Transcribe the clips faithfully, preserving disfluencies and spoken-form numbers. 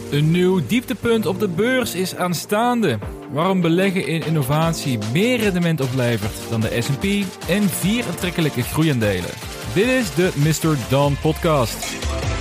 Een nieuw dieptepunt op de beurs is aanstaande. Waarom beleggen in innovatie meer rendement oplevert dan de S en P en vier aantrekkelijke groeiaandelen. Dit is de mister Dan podcast.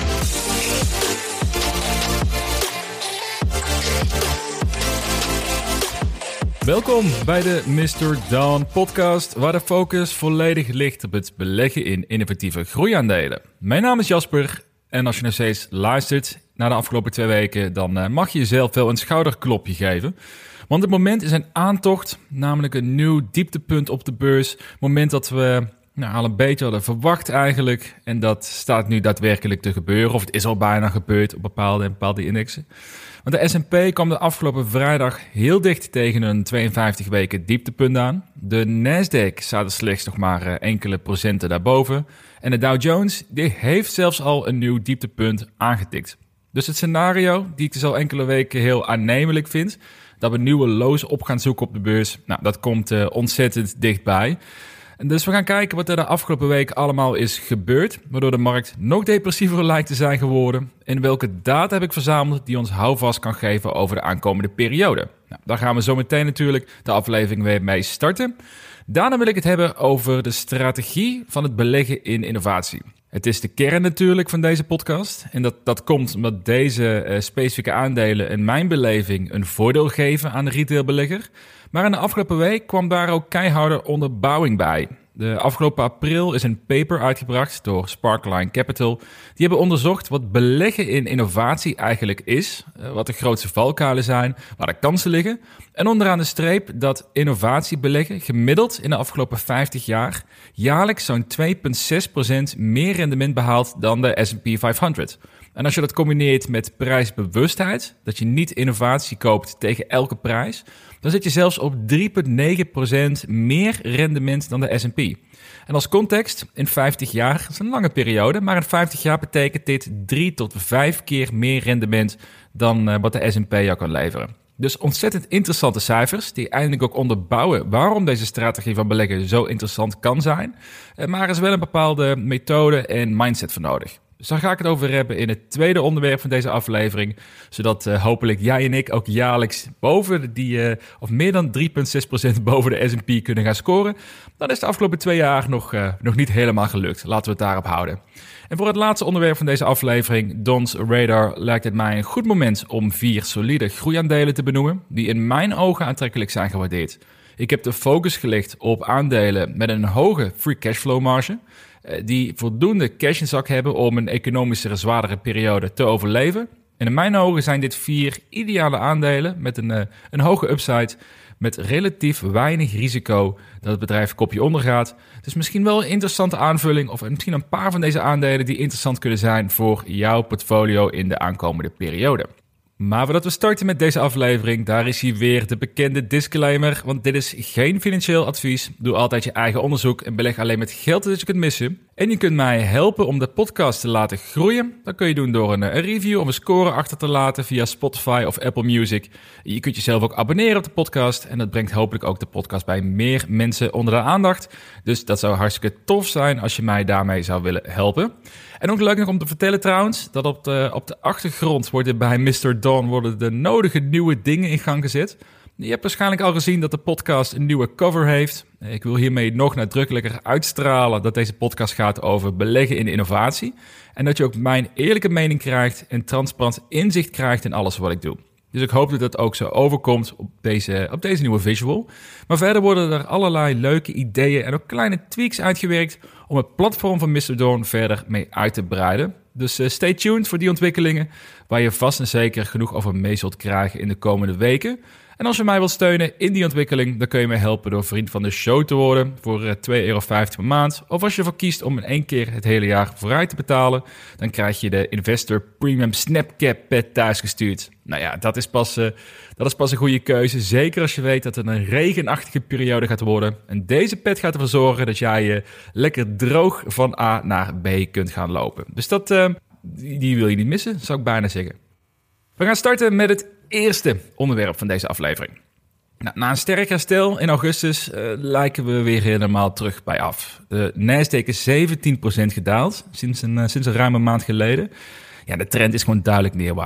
Welkom bij de mister Dan podcast, waar de focus volledig ligt op het beleggen in innovatieve groeiaandelen. Mijn naam is Jasper en als je nog steeds luistert na de afgelopen twee weken, dan uh, mag je jezelf wel een schouderklopje geven. Want het moment is een aantocht, namelijk een nieuw dieptepunt op de beurs. Het moment dat we nou, al een beetje hadden verwacht eigenlijk. En dat staat nu daadwerkelijk te gebeuren, of het is al bijna gebeurd op bepaalde, bepaalde indexen. Want de S en P kwam de afgelopen vrijdag heel dicht tegen een tweeënvijftig weken dieptepunt aan. De Nasdaq staat er slechts nog maar uh, enkele procenten daarboven. En de Dow Jones die heeft zelfs al een nieuw dieptepunt aangetikt. Dus het scenario, die ik dus al enkele weken heel aannemelijk vind, dat we nieuwe lows op gaan zoeken op de beurs, nou, dat komt uh, ontzettend dichtbij. En dus we gaan kijken wat er de afgelopen week allemaal is gebeurd, waardoor de markt nog depressiever lijkt te zijn geworden. En welke data heb ik verzameld die ons houvast kan geven over de aankomende periode. Nou, daar gaan we zo meteen natuurlijk de aflevering weer mee starten. Daarna wil ik het hebben over de strategie van het beleggen in innovatie. Het is de kern natuurlijk van deze podcast. En dat, dat komt omdat deze uh, specifieke aandelen in mijn beleving een voordeel geven aan de retailbelegger. Maar in de afgelopen week kwam daar ook keiharde onderbouwing bij. De afgelopen april is een paper uitgebracht door Sparkline Capital. Die hebben onderzocht wat beleggen in innovatie eigenlijk is, wat de grootste valkuilen zijn, waar de kansen liggen. En onderaan de streep dat innovatiebeleggen gemiddeld in de afgelopen vijftig jaar jaarlijks zo'n twee komma zes procent meer rendement behaalt dan de S en P vijfhonderd. En als je dat combineert met prijsbewustheid, dat je niet innovatie koopt tegen elke prijs, dan zit je zelfs op drie komma negen procent meer rendement dan de S en P. En als context, in vijftig jaar, dat is een lange periode, maar in vijftig jaar betekent dit drie tot vijf keer meer rendement dan uh, wat de S en P jou kan leveren. Dus ontzettend interessante cijfers die eindelijk ook onderbouwen waarom deze strategie van beleggen zo interessant kan zijn. Uh, maar er is wel een bepaalde methode en mindset voor nodig. Dus daar ga ik het over hebben in het tweede onderwerp van deze aflevering. Zodat uh, hopelijk jij en ik ook jaarlijks boven die, uh, of meer dan drie komma zes procent boven de S en P kunnen gaan scoren. Dat is de afgelopen twee jaar nog, uh, nog niet helemaal gelukt. Laten we het daarop houden. En voor het laatste onderwerp van deze aflevering, Don's Radar, lijkt het mij een goed moment om vier solide groeiaandelen te benoemen, die in mijn ogen aantrekkelijk zijn gewaardeerd. Ik heb de focus gelegd op aandelen met een hoge free cashflow marge, die voldoende cash in zak hebben om een economische zwaardere periode te overleven. En in mijn ogen zijn dit vier ideale aandelen met een, uh, een hoge upside, met relatief weinig risico dat het bedrijf kopje ondergaat. Dus misschien wel een interessante aanvulling of misschien een paar van deze aandelen die interessant kunnen zijn voor jouw portfolio in de aankomende periode. Maar voordat we starten met deze aflevering, daar is hier weer de bekende disclaimer, want dit is geen financieel advies. Doe altijd je eigen onderzoek en beleg alleen met geld dat je kunt missen. En je kunt mij helpen om de podcast te laten groeien. Dat kun je doen door een, een review of een score achter te laten via Spotify of Apple Music. Je kunt jezelf ook abonneren op de podcast en dat brengt hopelijk ook de podcast bij meer mensen onder de aandacht. Dus dat zou hartstikke tof zijn als je mij daarmee zou willen helpen. En ook leuk nog om te vertellen trouwens, dat op de, op de achtergrond worden bij mister Dan worden de nodige nieuwe dingen in gang gezet. Je hebt waarschijnlijk al gezien dat de podcast een nieuwe cover heeft. Ik wil hiermee nog nadrukkelijker uitstralen dat deze podcast gaat over beleggen in innovatie. En dat je ook mijn eerlijke mening krijgt en transparant inzicht krijgt in alles wat ik doe. Dus ik hoop dat dat ook zo overkomt op deze, op deze nieuwe visual. Maar verder worden er allerlei leuke ideeën en ook kleine tweaks uitgewerkt om het platform van mister Dan verder mee uit te breiden. Dus uh, stay tuned voor die ontwikkelingen, waar je vast en zeker genoeg over mee zult krijgen in de komende weken. En als je mij wilt steunen in die ontwikkeling, dan kun je mij helpen door vriend van de show te worden voor uh, twee euro vijftig per maand. Of als je ervoor kiest om in één keer het hele jaar vooruit te betalen, dan krijg je de Investor Premium Snapcap pet thuisgestuurd. Nou ja, dat is, pas, uh, dat is pas een goede keuze. Zeker als je weet dat het een regenachtige periode gaat worden. En deze pet gaat ervoor zorgen dat jij uh, lekker droog van A naar B kunt gaan lopen. Dus dat, uh, die, die wil je niet missen, zou ik bijna zeggen. We gaan starten met het eerste onderwerp van deze aflevering. Nou, na een sterk herstel in augustus uh, lijken we weer helemaal terug bij af. De Nasdaq is zeventien procent gedaald sinds een, uh, sinds een ruime maand geleden. Ja, de trend is gewoon duidelijk neerwaarts.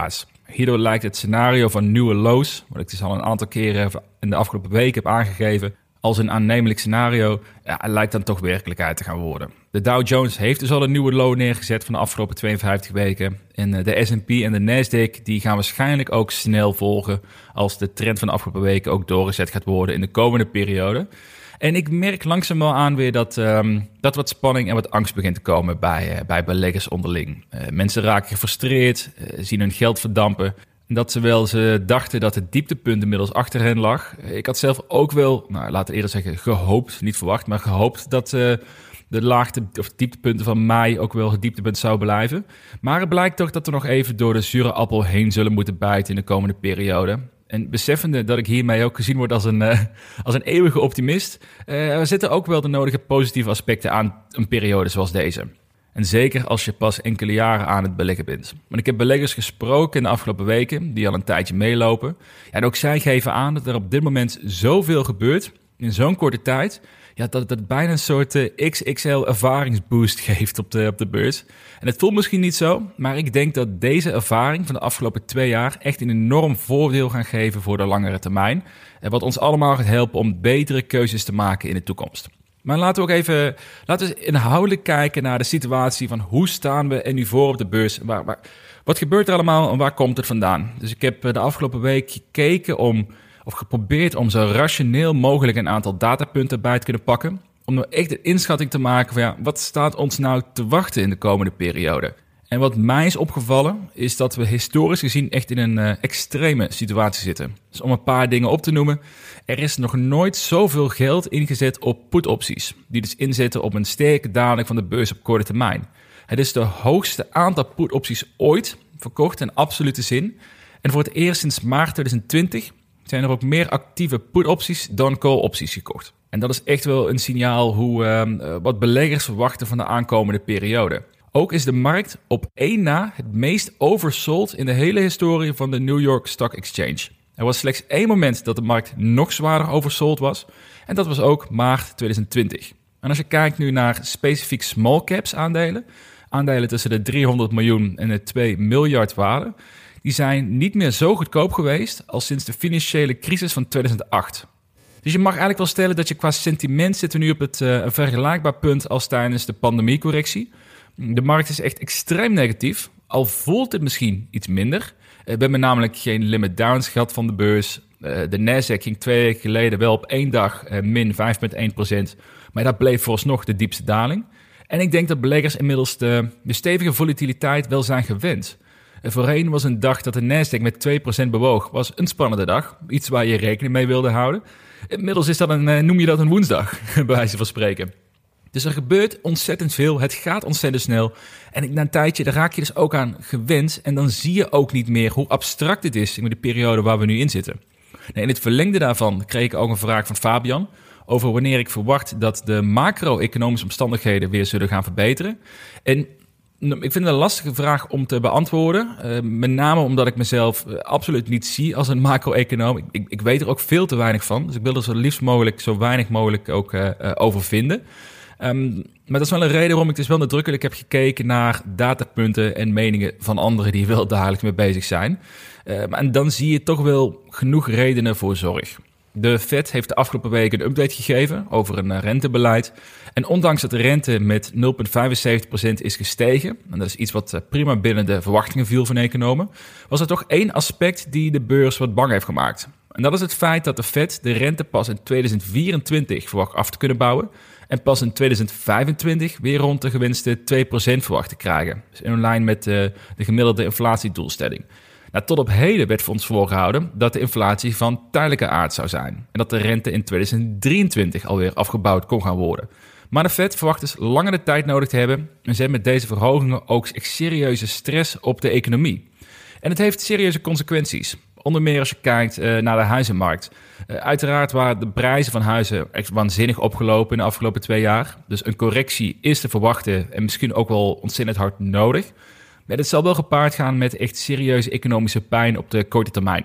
Hierdoor lijkt het scenario van nieuwe lows, wat ik dus al een aantal keren in de afgelopen week heb aangegeven, als een aannemelijk scenario, ja, lijkt dan toch werkelijkheid te gaan worden. De Dow Jones heeft dus al een nieuwe low neergezet van de afgelopen tweeënvijftig weken. En de S en P en de Nasdaq die gaan waarschijnlijk ook snel volgen als de trend van de afgelopen weken ook doorgezet gaat worden in de komende periode. En ik merk langzaam wel aan weer dat, um, dat wat spanning en wat angst begint te komen bij, uh, bij beleggers onderling. Uh, mensen raken gefrustreerd, uh, zien hun geld verdampen. En dat terwijl ze dachten dat het dieptepunt inmiddels achter hen lag. Ik had zelf ook wel, nou, laten we eerder zeggen gehoopt, niet verwacht, maar gehoopt dat uh, de laagte of dieptepunten van mei ook wel het dieptepunt zou blijven. Maar het blijkt toch dat we nog even door de zure appel heen zullen moeten bijten in de komende periode. En beseffende dat ik hiermee ook gezien word als een, uh, als een eeuwige optimist, uh, er zitten ook wel de nodige positieve aspecten aan een periode zoals deze. En zeker als je pas enkele jaren aan het beleggen bent. Want ik heb beleggers gesproken in de afgelopen weken, die al een tijdje meelopen. Ja, en ook zij geven aan dat er op dit moment zoveel gebeurt, in zo'n korte tijd, ja, dat het bijna een soort uh, X X L ervaringsboost geeft op de, op de beurs. En het voelt misschien niet zo, maar ik denk dat deze ervaring van de afgelopen twee jaar echt een enorm voordeel gaan geven voor de langere termijn. En wat ons allemaal gaat helpen om betere keuzes te maken in de toekomst. Maar laten we ook even laten we inhoudelijk kijken naar de situatie van hoe staan we er nu voor op de beurs. Waar, waar, wat gebeurt er allemaal en waar komt het vandaan? Dus ik heb de afgelopen week gekeken om, of geprobeerd om zo rationeel mogelijk een aantal datapunten bij te kunnen pakken. Om nou echt een inschatting te maken van ja, wat staat ons nou te wachten in de komende periode. En wat mij is opgevallen is dat we historisch gezien echt in een uh, extreme situatie zitten. Dus om een paar dingen op te noemen. Er is nog nooit zoveel geld ingezet op put-opties. Die dus inzetten op een sterke daling van de beurs op korte termijn. Het is de hoogste aantal put-opties ooit verkocht in absolute zin. En voor het eerst sinds maart tweeduizend twintig zijn er ook meer actieve put-opties dan call-opties gekocht. En dat is echt wel een signaal hoe uh, wat beleggers verwachten van de aankomende periode. Ook is de markt op één na het meest oversold in de hele historie van de New York Stock Exchange. Er was slechts één moment dat de markt nog zwaarder oversold was. En dat was ook maart tweeduizend twintig. En als je kijkt nu naar specifiek small caps aandelen, aandelen tussen de driehonderd miljoen en de twee miljard waarde, die zijn niet meer zo goedkoop geweest als sinds de financiële crisis van tweeduizend acht. Dus je mag eigenlijk wel stellen dat je qua sentiment zit nu op het uh, een vergelijkbaar punt als tijdens de pandemiecorrectie. De markt is echt extreem negatief, al voelt het misschien iets minder. We hebben namelijk geen limit downs gehad van de beurs. De Nasdaq ging twee weken geleden wel op één dag min vijf komma één procent. Maar dat bleef vooralsnog de diepste daling. En ik denk dat beleggers inmiddels de, de stevige volatiliteit wel zijn gewend. Voorheen was een dag dat de Nasdaq met twee procent bewoog, was een spannende dag. Iets waar je rekening mee wilde houden. Inmiddels is dat een, noem je dat een woensdag, bij wijze van spreken. Dus er gebeurt ontzettend veel, het gaat ontzettend snel. En na een tijdje, daar raak je dus ook aan gewend. En dan zie je ook niet meer hoe abstract het is in de periode waar we nu in zitten. In het verlengde daarvan kreeg ik ook een vraag van Fabian over wanneer ik verwacht dat de macro-economische omstandigheden weer zullen gaan verbeteren. En ik vind het een lastige vraag om te beantwoorden. Uh, met name omdat ik mezelf uh, absoluut niet zie als een macro-econoom. Ik, ik, ik weet er ook veel te weinig van. Dus ik wil er zo liefst mogelijk, zo weinig mogelijk ook uh, uh, over vinden. Um, maar dat is wel een reden waarom ik dus wel nadrukkelijk heb gekeken naar datapunten en meningen van anderen die wel dagelijks mee bezig zijn. Uh, en dan zie je toch wel genoeg redenen voor zorg. De Fed heeft de afgelopen week een update gegeven over een rentebeleid. En ondanks dat de rente met nul komma vijfenzeventig procent is gestegen, en dat is iets wat prima binnen de verwachtingen viel van economen, was er toch één aspect die de beurs wat bang heeft gemaakt. En dat is het feit dat de Fed de rente pas in tweeduizend vierentwintig verwacht af te kunnen bouwen en pas in tweeduizend vijfentwintig weer rond de gewenste twee procent verwacht te krijgen. Dus in lijn met de, de gemiddelde inflatiedoelstelling. Nou, tot op heden werd voor ons voorgehouden dat de inflatie van tijdelijke aard zou zijn. En dat de rente in tweeduizend drieëntwintig alweer afgebouwd kon gaan worden. Maar de Fed verwacht dus langer de tijd nodig te hebben en zet met deze verhogingen ook serieuze stress op de economie. En het heeft serieuze consequenties. Onder meer als je kijkt uh, naar de huizenmarkt. Uh, uiteraard waren de prijzen van huizen echt waanzinnig opgelopen in de afgelopen twee jaar. Dus een correctie is te verwachten en misschien ook wel ontzettend hard nodig. Maar dit zal wel gepaard gaan met echt serieuze economische pijn op de korte termijn.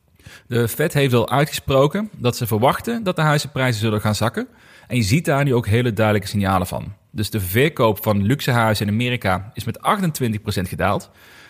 De Fed heeft al uitgesproken dat ze verwachten dat de huizenprijzen zullen gaan zakken. En je ziet daar nu ook hele duidelijke signalen van. Dus de verkoop van luxe huizen in Amerika is met achtentwintig procent gedaald.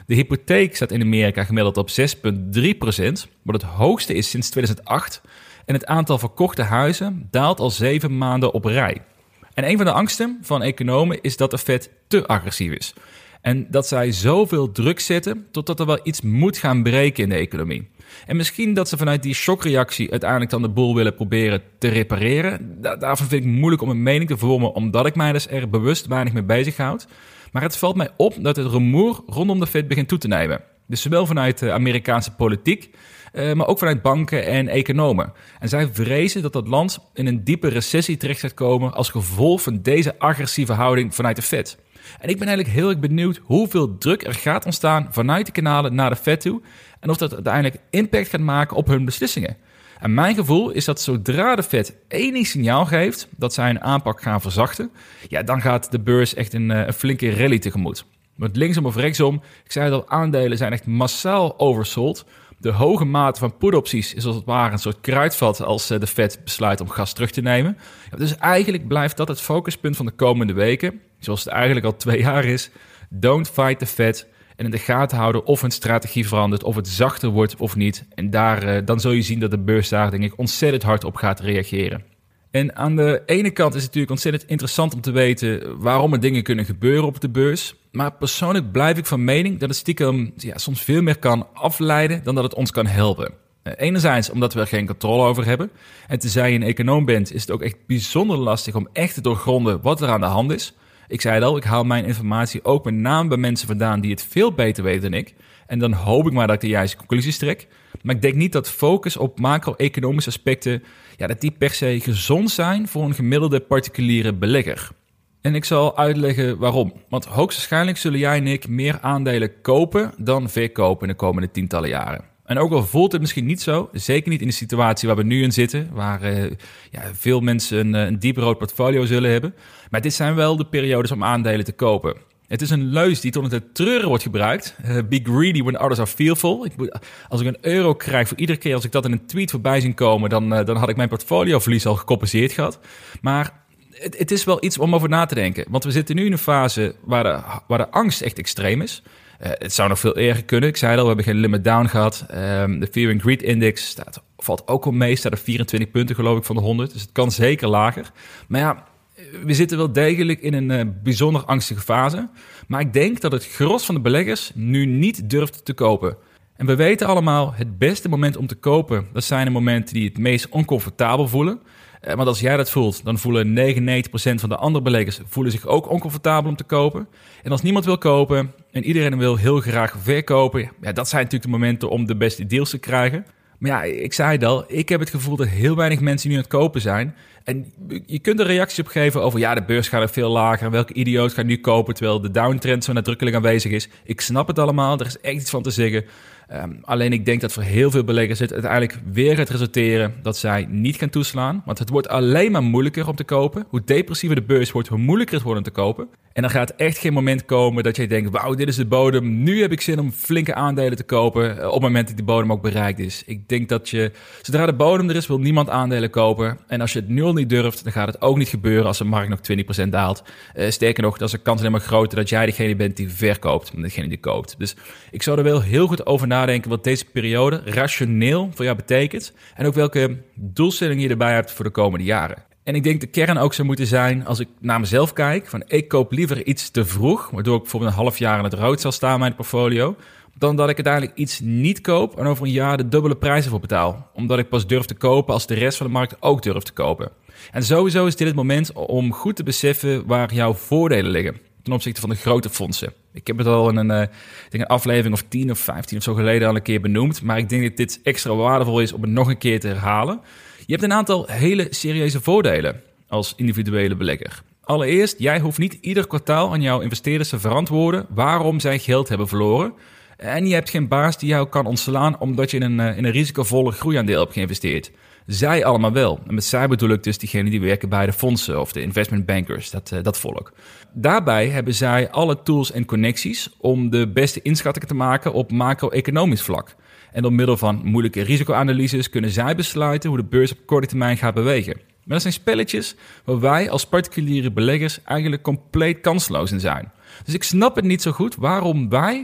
De hypotheek staat in Amerika gemiddeld op zes komma drie procent, wat het hoogste is sinds tweeduizend acht. En het aantal verkochte huizen daalt al zeven maanden op rij. En een van de angsten van economen is dat de Fed te agressief is. En dat zij zoveel druk zetten totdat er wel iets moet gaan breken in de economie. En misschien dat ze vanuit die shockreactie uiteindelijk dan de boel willen proberen te repareren. Da- daarvan vind ik het moeilijk om een mening te vormen, omdat ik mij dus er bewust weinig mee bezighoud. Maar het valt mij op dat het rumoer rondom de Fed begint toe te nemen. Dus zowel vanuit de Amerikaanse politiek, uh, maar ook vanuit banken en economen. En zij vrezen dat het land in een diepe recessie terecht gaat komen als gevolg van deze agressieve houding vanuit de Fed. En ik ben eigenlijk heel erg benieuwd hoeveel druk er gaat ontstaan vanuit de kanalen naar de Fed toe en of dat uiteindelijk impact gaat maken op hun beslissingen. En mijn gevoel is dat zodra de Fed enig signaal geeft dat zij een aanpak gaan verzachten, ja, dan gaat de beurs echt een, een flinke rally tegemoet. Want linksom of rechtsom, ik zei het al, aandelen zijn echt massaal oversold. De hoge mate van put-opties is als het ware een soort kruidvat als de Fed besluit om gas terug te nemen. Ja, dus eigenlijk blijft dat het focuspunt van de komende weken, zoals het eigenlijk al twee jaar is. Don't fight the Fed. En in de gaten houden of hun strategie verandert, of het zachter wordt of niet. En daar, dan zul je zien dat de beurs daar denk ik ontzettend hard op gaat reageren. En aan de ene kant is het natuurlijk ontzettend interessant om te weten waarom er dingen kunnen gebeuren op de beurs. Maar persoonlijk blijf ik van mening dat het stiekem ja, soms veel meer kan afleiden dan dat het ons kan helpen. Enerzijds omdat we er geen controle over hebben. En tenzij je een econoom bent, is het ook echt bijzonder lastig om echt te doorgronden wat er aan de hand is. Ik zei het al, ik haal mijn informatie ook met name bij mensen vandaan die het veel beter weten dan ik. En dan hoop ik maar dat ik de juiste conclusies trek. Maar ik denk niet dat focus op macro-economische aspecten, ja, dat die per se gezond zijn voor een gemiddelde particuliere belegger. En ik zal uitleggen waarom. Want hoogstwaarschijnlijk zullen jij en ik meer aandelen kopen dan verkopen in de komende tientallen jaren. En ook al voelt het misschien niet zo, zeker niet in de situatie waar we nu in zitten, waar uh, ja, veel mensen een, een diep rood portfolio zullen hebben. Maar dit zijn wel de periodes om aandelen te kopen. Het is een leus die tot in het treuren wordt gebruikt. Uh, be greedy when others are fearful. Ik moet, als ik een euro krijg voor iedere keer als ik dat in een tweet voorbij zien komen, dan, uh, dan had ik mijn portfolioverlies al gecompenseerd gehad. Maar het, het is wel iets om over na te denken. Want we zitten nu in een fase waar de, waar de angst echt extreem is. Uh, het zou nog veel erger kunnen. Ik zei al, we hebben geen limit down gehad. Um, de Fear and Greed Index staat, valt ook al mee. Staat er vierentwintig punten geloof ik van de honderd. Dus het kan zeker lager. Maar ja, we zitten wel degelijk in een uh, bijzonder angstige fase. Maar ik denk dat het gros van de beleggers nu niet durft te kopen. En we weten allemaal, het beste moment om te kopen, dat zijn de momenten die het meest oncomfortabel voelen. Uh, want als jij dat voelt, dan voelen negenennegentig procent van de andere beleggers voelen zich ook oncomfortabel om te kopen. En als niemand wil kopen en iedereen wil heel graag verkopen, ja, dat zijn natuurlijk de momenten om de beste deals te krijgen. Maar ja, ik zei het al, ik heb het gevoel dat heel weinig mensen nu aan het kopen zijn. En je kunt er reacties op geven over, ja, de beurs gaat er veel lager. En welke idioot gaat nu kopen, terwijl de downtrend zo nadrukkelijk aanwezig is. Ik snap het allemaal, er is echt iets van te zeggen. Um, alleen ik denk dat voor heel veel beleggers het uiteindelijk weer gaat resulteren dat zij niet gaan toeslaan. Want het wordt alleen maar moeilijker om te kopen. Hoe depressiever de beurs wordt, hoe moeilijker het wordt om te kopen. En er gaat echt geen moment komen dat jij denkt, wauw, dit is de bodem. Nu heb ik zin om flinke aandelen te kopen op het moment dat die bodem ook bereikt is. Ik denk dat je, zodra de bodem er is, wil niemand aandelen kopen. En als je het nu al niet durft, dan gaat het ook niet gebeuren als de markt nog twintig procent daalt. Uh, sterker nog, dan is de kans alleen maar groter dat jij degene bent die verkoopt, dan degene die koopt. Dus ik zou er wel heel goed over nadenken wat deze periode rationeel voor jou betekent. En ook welke doelstelling je erbij hebt voor de komende jaren. En ik denk de kern ook zou moeten zijn, als ik naar mezelf kijk, van ik koop liever iets te vroeg, waardoor ik bijvoorbeeld een half jaar in het rood zal staan in mijn portfolio, dan dat ik uiteindelijk iets niet koop en over een jaar de dubbele prijzen voor betaal. Omdat ik pas durf te kopen als de rest van de markt ook durft te kopen. En sowieso is dit het moment om goed te beseffen waar jouw voordelen liggen ten opzichte van de grote fondsen. Ik heb het al in een, uh, ik denk een aflevering of tien of vijftien of zo geleden al een keer benoemd, maar ik denk dat dit extra waardevol is om het nog een keer te herhalen. Je hebt een aantal hele serieuze voordelen als individuele belegger. Allereerst, jij hoeft niet ieder kwartaal aan jouw investeerders te verantwoorden waarom zij geld hebben verloren. En je hebt geen baas die jou kan ontslaan omdat je in een, in een risicovolle groeiaandeel hebt geïnvesteerd. Zij allemaal wel. En met zij bedoel ik dus diegenen die werken bij de fondsen of de investment bankers, dat, uh, dat volk. Daarbij hebben zij alle tools en connecties om de beste inschattingen te maken op macro-economisch vlak. En door middel van moeilijke risicoanalyses kunnen zij besluiten hoe de beurs op korte termijn gaat bewegen. Maar dat zijn spelletjes waar wij als particuliere beleggers eigenlijk compleet kansloos in zijn. Dus ik snap het niet zo goed waarom wij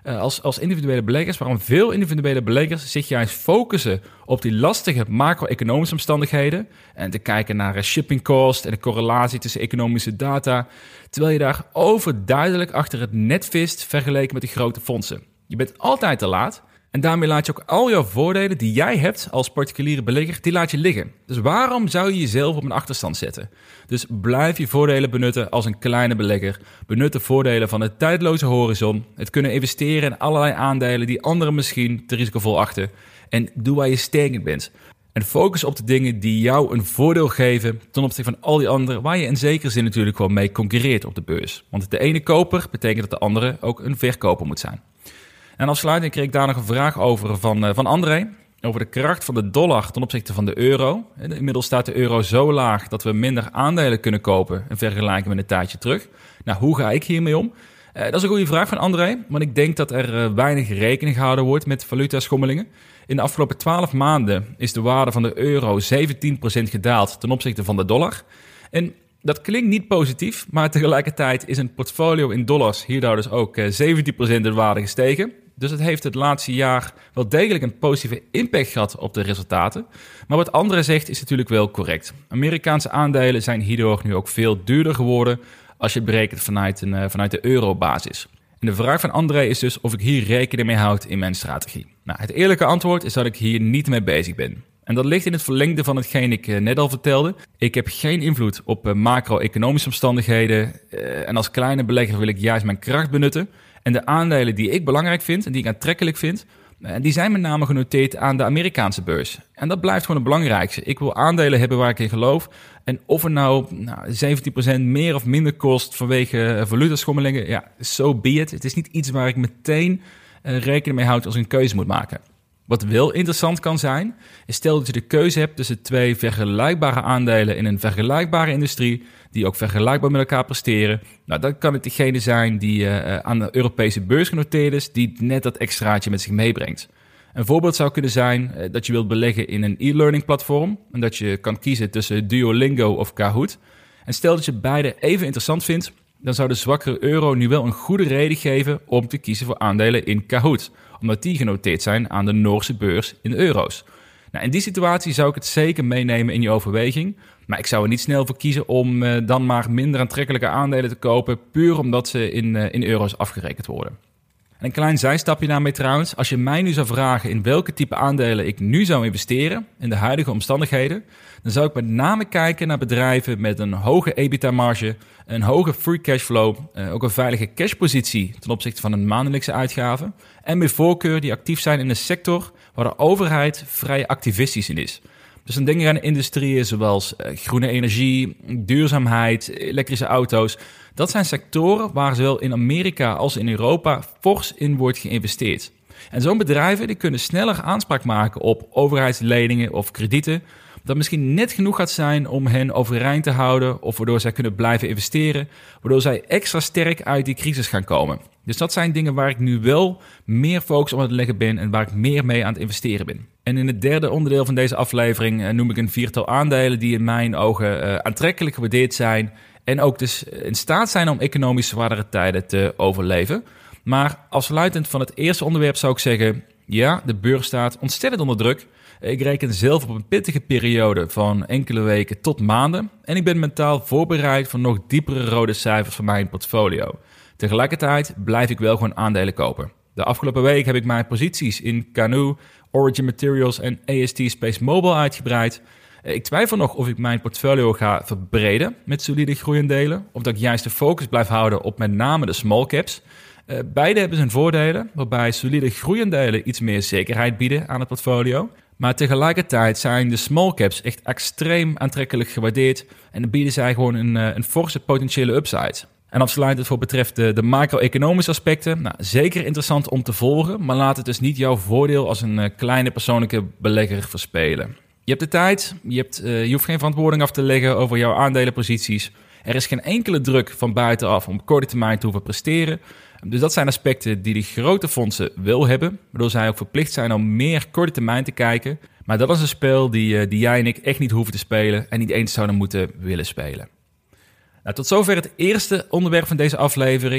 uh, als, als individuele beleggers, waarom veel individuele beleggers zich juist focussen op die lastige macro-economische omstandigheden en te kijken naar shipping cost en de correlatie tussen economische data, terwijl je daar overduidelijk achter het net vist vergeleken met de grote fondsen. Je bent altijd te laat. En daarmee laat je ook al jouw voordelen die jij hebt als particuliere belegger, die laat je liggen. Dus waarom zou je jezelf op een achterstand zetten? Dus blijf je voordelen benutten als een kleine belegger. Benut de voordelen van de tijdloze horizon. Het kunnen investeren in allerlei aandelen die anderen misschien te risicovol achten. En doe waar je sterk in bent. En focus op de dingen die jou een voordeel geven ten opzichte van al die anderen, waar je in zekere zin natuurlijk gewoon mee concurreert op de beurs. Want de ene koper betekent dat de andere ook een verkoper moet zijn. En afsluitend kreeg ik daar nog een vraag over van, uh, van André. Over de kracht van de dollar ten opzichte van de euro. Inmiddels staat de euro zo laag dat we minder aandelen kunnen kopen in vergelijking met een tijdje terug. Nou, hoe ga ik hiermee om? Uh, dat is een goede vraag van André. Want ik denk dat er uh, weinig rekening gehouden wordt met valutaschommelingen. In de afgelopen twaalf maanden is de waarde van de euro zeventien procent gedaald ten opzichte van de dollar. En dat klinkt niet positief, maar tegelijkertijd is een portfolio in dollars hierdoor dus ook uh, zeventien procent in waarde gestegen. Dus het heeft het laatste jaar wel degelijk een positieve impact gehad op de resultaten. Maar wat André zegt is natuurlijk wel correct. Amerikaanse aandelen zijn hierdoor nu ook veel duurder geworden als je het berekent vanuit, een, uh, vanuit de eurobasis. En de vraag van André is dus of ik hier rekening mee houd in mijn strategie. Nou, het eerlijke antwoord is dat ik hier niet mee bezig ben. En dat ligt in het verlengde van hetgeen ik uh, net al vertelde. Ik heb geen invloed op uh, macro-economische omstandigheden. Uh, en als kleine belegger wil ik juist mijn kracht benutten. En de aandelen die ik belangrijk vind en die ik aantrekkelijk vind, die zijn met name genoteerd aan de Amerikaanse beurs. En dat blijft gewoon het belangrijkste. Ik wil aandelen hebben waar ik in geloof. En of het nou, nou zeventien procent meer of minder kost vanwege valutaschommelingen, ja, so be it. Het is niet iets waar ik meteen uh, rekening mee houd als ik een keuze moet maken. Wat wel interessant kan zijn, is stel dat je de keuze hebt tussen twee vergelijkbare aandelen in een vergelijkbare industrie, die ook vergelijkbaar met elkaar presteren. Nou, dan kan het degene zijn die uh, aan de Europese beurs genoteerd is, die net dat extraatje met zich meebrengt. Een voorbeeld zou kunnen zijn uh, dat je wilt beleggen in een e-learning platform en dat je kan kiezen tussen Duolingo of Kahoot. En stel dat je beide even interessant vindt, dan zou de zwakkere euro nu wel een goede reden geven om te kiezen voor aandelen in Kahoot, omdat die genoteerd zijn aan de Noorse beurs in euro's. Nou, in die situatie zou ik het zeker meenemen in je overweging, maar ik zou er niet snel voor kiezen om uh, dan maar minder aantrekkelijke aandelen te kopen, puur omdat ze in, uh, in euro's afgerekend worden. En een klein zijstapje daarmee trouwens, als je mij nu zou vragen in welke type aandelen ik nu zou investeren in de huidige omstandigheden, dan zou ik met name kijken naar bedrijven met een hoge EBITDA-marge, een hoge free cashflow, uh, ook een veilige cashpositie ten opzichte van een maandelijkse uitgave en met voorkeur die actief zijn in een sector waar de overheid vrij activistisch in is. Dus dan denk je aan industrieën zoals uh, groene energie, duurzaamheid, elektrische auto's. Dat zijn sectoren waar zowel in Amerika als in Europa fors in wordt geïnvesteerd. En zo'n bedrijven die kunnen sneller aanspraak maken op overheidsleningen of kredieten, dat misschien net genoeg gaat zijn om hen overeind te houden of waardoor zij kunnen blijven investeren, waardoor zij extra sterk uit die crisis gaan komen. Dus dat zijn dingen waar ik nu wel meer focus op aan het leggen ben en waar ik meer mee aan het investeren ben. En in het derde onderdeel van deze aflevering uh, noem ik een viertal aandelen die in mijn ogen uh, aantrekkelijk gewaardeerd zijn en ook dus in staat zijn om economisch zwaardere tijden te overleven. Maar afsluitend van het eerste onderwerp zou ik zeggen, ja, de beurs staat ontzettend onder druk. Ik reken zelf op een pittige periode van enkele weken tot maanden en ik ben mentaal voorbereid voor nog diepere rode cijfers van mijn portfolio. Tegelijkertijd blijf ik wel gewoon aandelen kopen. De afgelopen week heb ik mijn posities in Canoo, Origin Materials en A S T Space Mobile uitgebreid. Ik twijfel nog of ik mijn portfolio ga verbreden met solide groeiaandelen, of dat ik juist de focus blijf houden op met name de small caps. Uh, beide hebben zijn voordelen, waarbij solide groeiaandelen iets meer zekerheid bieden aan het portfolio. Maar tegelijkertijd zijn de small caps echt extreem aantrekkelijk gewaardeerd en bieden zij gewoon een, een forse potentiële upside. En afsluitend voor betreft de, de macro-economische aspecten, nou, zeker interessant om te volgen, maar laat het dus niet jouw voordeel als een uh, kleine persoonlijke belegger verspelen. Je hebt de tijd, je, hebt, uh, je hoeft geen verantwoording af te leggen over jouw aandelenposities. Er is geen enkele druk van buitenaf om op korte termijn te hoeven presteren. Dus dat zijn aspecten die de grote fondsen wel hebben, waardoor zij ook verplicht zijn om meer korte termijn te kijken. Maar dat is een spel die, die jij en ik echt niet hoeven te spelen en niet eens zouden moeten willen spelen. Nou, tot zover het eerste onderwerp van deze aflevering.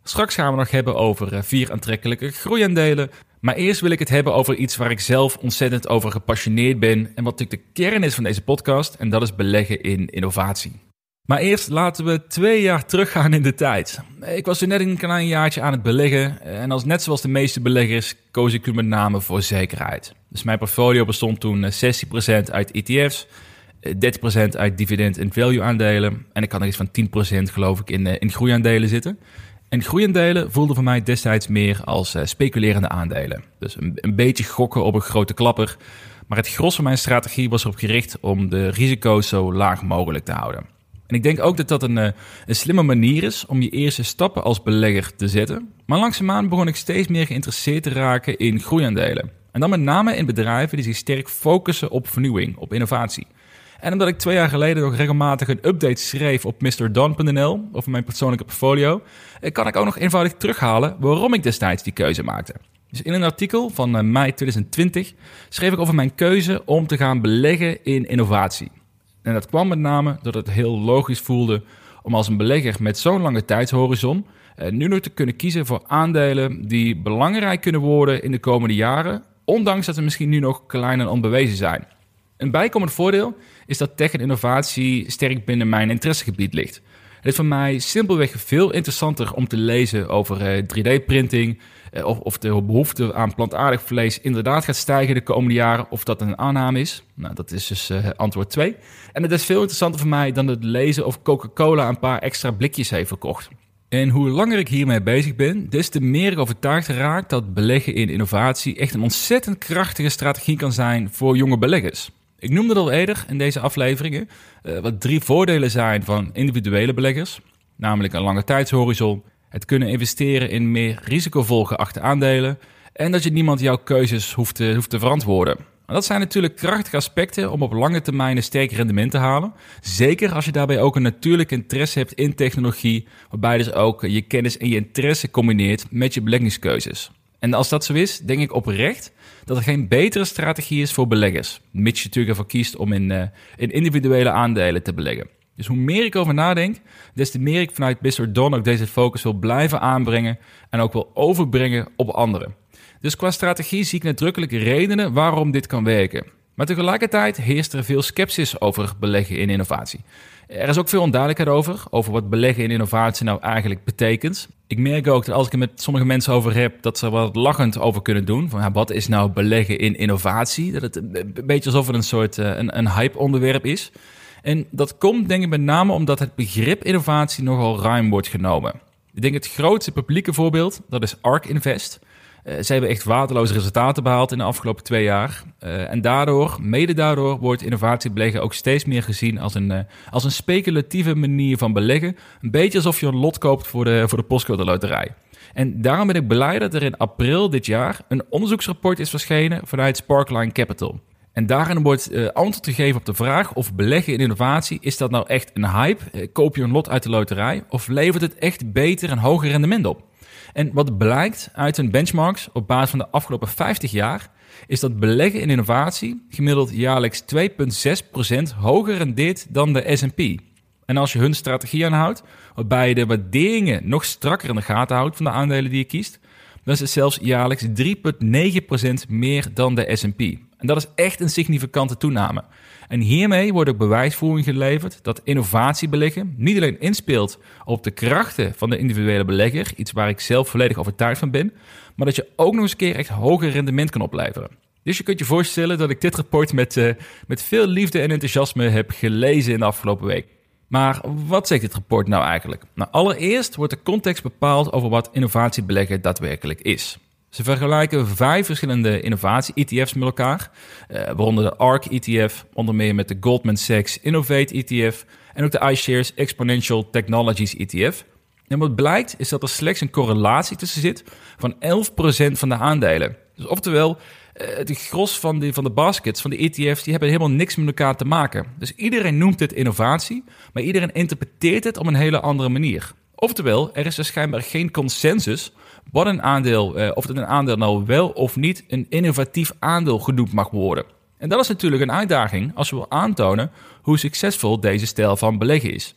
Straks gaan we nog hebben over vier aantrekkelijke groeiaandelen. Maar eerst wil ik het hebben over iets waar ik zelf ontzettend over gepassioneerd ben en wat natuurlijk de kern is van deze podcast, en dat is beleggen in innovatie. Maar eerst laten we twee jaar teruggaan in de tijd. Ik was er net een klein jaartje aan het beleggen en als net zoals de meeste beleggers koos ik toen met name voor zekerheid. Dus mijn portfolio bestond toen zestien procent uit E T F's, dertig procent uit dividend- en value-aandelen en ik had nog iets van tien procent geloof ik in, in groeiaandelen zitten. En groeiaandelen voelden voor mij destijds meer als uh, speculerende aandelen. Dus een, een beetje gokken op een grote klapper. Maar het gros van mijn strategie was erop gericht om de risico's zo laag mogelijk te houden. En ik denk ook dat dat een, uh, een slimme manier is om je eerste stappen als belegger te zetten. Maar langzaamaan begon ik steeds meer geïnteresseerd te raken in groeiaandelen. En dan met name in bedrijven die zich sterk focussen op vernieuwing, op innovatie. En omdat ik twee jaar geleden nog regelmatig een update schreef op mister don punt n l over mijn persoonlijke portfolio, kan ik ook nog eenvoudig terughalen waarom ik destijds die keuze maakte. Dus in een artikel van mei twintig twintig schreef ik over mijn keuze om te gaan beleggen in innovatie. En dat kwam met name doordat het heel logisch voelde om als een belegger met zo'n lange tijdshorizon nu nog te kunnen kiezen voor aandelen die belangrijk kunnen worden in de komende jaren, ondanks dat ze misschien nu nog klein en onbewezen zijn. Een bijkomend voordeel is dat tech en innovatie sterk binnen mijn interessegebied ligt. Het is voor mij simpelweg veel interessanter om te lezen over uh, drie D-printing, uh, of, of de behoefte aan plantaardig vlees inderdaad gaat stijgen de komende jaren, of dat een aanname is. Nou, dat is dus uh, antwoord twee. En het is veel interessanter voor mij dan het lezen of Coca-Cola een paar extra blikjes heeft verkocht. En hoe langer ik hiermee bezig ben, des te meer ik overtuigd raak dat beleggen in innovatie echt een ontzettend krachtige strategie kan zijn voor jonge beleggers. Ik noemde het al eerder in deze afleveringen, uh, wat drie voordelen zijn van individuele beleggers. Namelijk een lange tijdshorizon, het kunnen investeren in meer risicovol geachte aandelen en dat je niemand jouw keuzes hoeft te, hoeft te verantwoorden. En dat zijn natuurlijk krachtige aspecten om op lange termijn een sterk rendement te halen. Zeker als je daarbij ook een natuurlijk interesse hebt in technologie, waarbij dus ook je kennis en je interesse combineert met je beleggingskeuzes. En als dat zo is, denk ik oprecht dat er geen betere strategie is voor beleggers, mits je natuurlijk ervoor kiest om in, uh, in individuele aandelen te beleggen. Dus hoe meer ik over nadenk, des te meer ik vanuit mister Don ook deze focus wil blijven aanbrengen en ook wil overbrengen op anderen. Dus qua strategie zie ik nadrukkelijk redenen waarom dit kan werken. Maar tegelijkertijd heerst er veel sceptisch over beleggen in innovatie. Er is ook veel onduidelijkheid over, over wat beleggen in innovatie nou eigenlijk betekent. Ik merk ook dat als ik er met sommige mensen over heb, dat ze er wat lachend over kunnen doen. Van, ja, wat is nou beleggen in innovatie? Dat het een beetje alsof het een soort uh, een, een hype-onderwerp is. En dat komt denk ik met name omdat het begrip innovatie nogal ruim wordt genomen. Ik denk het grootste publieke voorbeeld, dat is ARK Invest. Uh, ze hebben echt waardeloze resultaten behaald in de afgelopen twee jaar. Uh, en daardoor, mede daardoor, wordt innovatiebeleggen ook steeds meer gezien als een, uh, als een speculatieve manier van beleggen. Een beetje alsof je een lot koopt voor de, voor de postcode loterij. En daarom ben ik blij dat er in april dit jaar een onderzoeksrapport is verschenen vanuit Sparkline Capital. En daarin wordt uh, antwoord gegeven op de vraag of beleggen in innovatie, is dat nou echt een hype? Uh, koop je een lot uit de loterij? Of levert het echt beter en hoger rendement op? En wat blijkt uit hun benchmarks op basis van de afgelopen vijftig jaar, is dat beleggen in innovatie gemiddeld jaarlijks twee komma zes procent hoger rendeert dan de S en P. En als je hun strategie aanhoudt, waarbij je de waarderingen nog strakker in de gaten houdt van de aandelen die je kiest, dan is het zelfs jaarlijks drie komma negen procent meer dan de S en P. En dat is echt een significante toename. En hiermee wordt ook bewijsvoering geleverd dat innovatiebeleggen niet alleen inspeelt op de krachten van de individuele belegger, iets waar ik zelf volledig overtuigd van ben, maar dat je ook nog eens een keer echt hoger rendement kan opleveren. Dus je kunt je voorstellen dat ik dit rapport met, uh, met veel liefde en enthousiasme heb gelezen in de afgelopen week. Maar wat zegt dit rapport nou eigenlijk? Nou, allereerst wordt de context bepaald over wat innovatiebeleggen daadwerkelijk is. Ze vergelijken vijf verschillende innovatie-E T F's met elkaar, uh, waaronder de ARK-E T F, onder meer met de Goldman Sachs Innovate-E T F en ook de iShares Exponential Technologies-E T F. En wat blijkt is dat er slechts een correlatie tussen zit van elf procent van de aandelen. Dus oftewel, het uh, gros van de, van de baskets, van de E T F's, die hebben helemaal niks met elkaar te maken. Dus iedereen noemt het innovatie, maar iedereen interpreteert het op een hele andere manier. Oftewel, er is dus schijnbaar geen consensus wat een aandeel, uh, of het een aandeel nou wel of niet een innovatief aandeel genoemd mag worden. En dat is natuurlijk een uitdaging als we willen aantonen hoe succesvol deze stijl van beleggen is.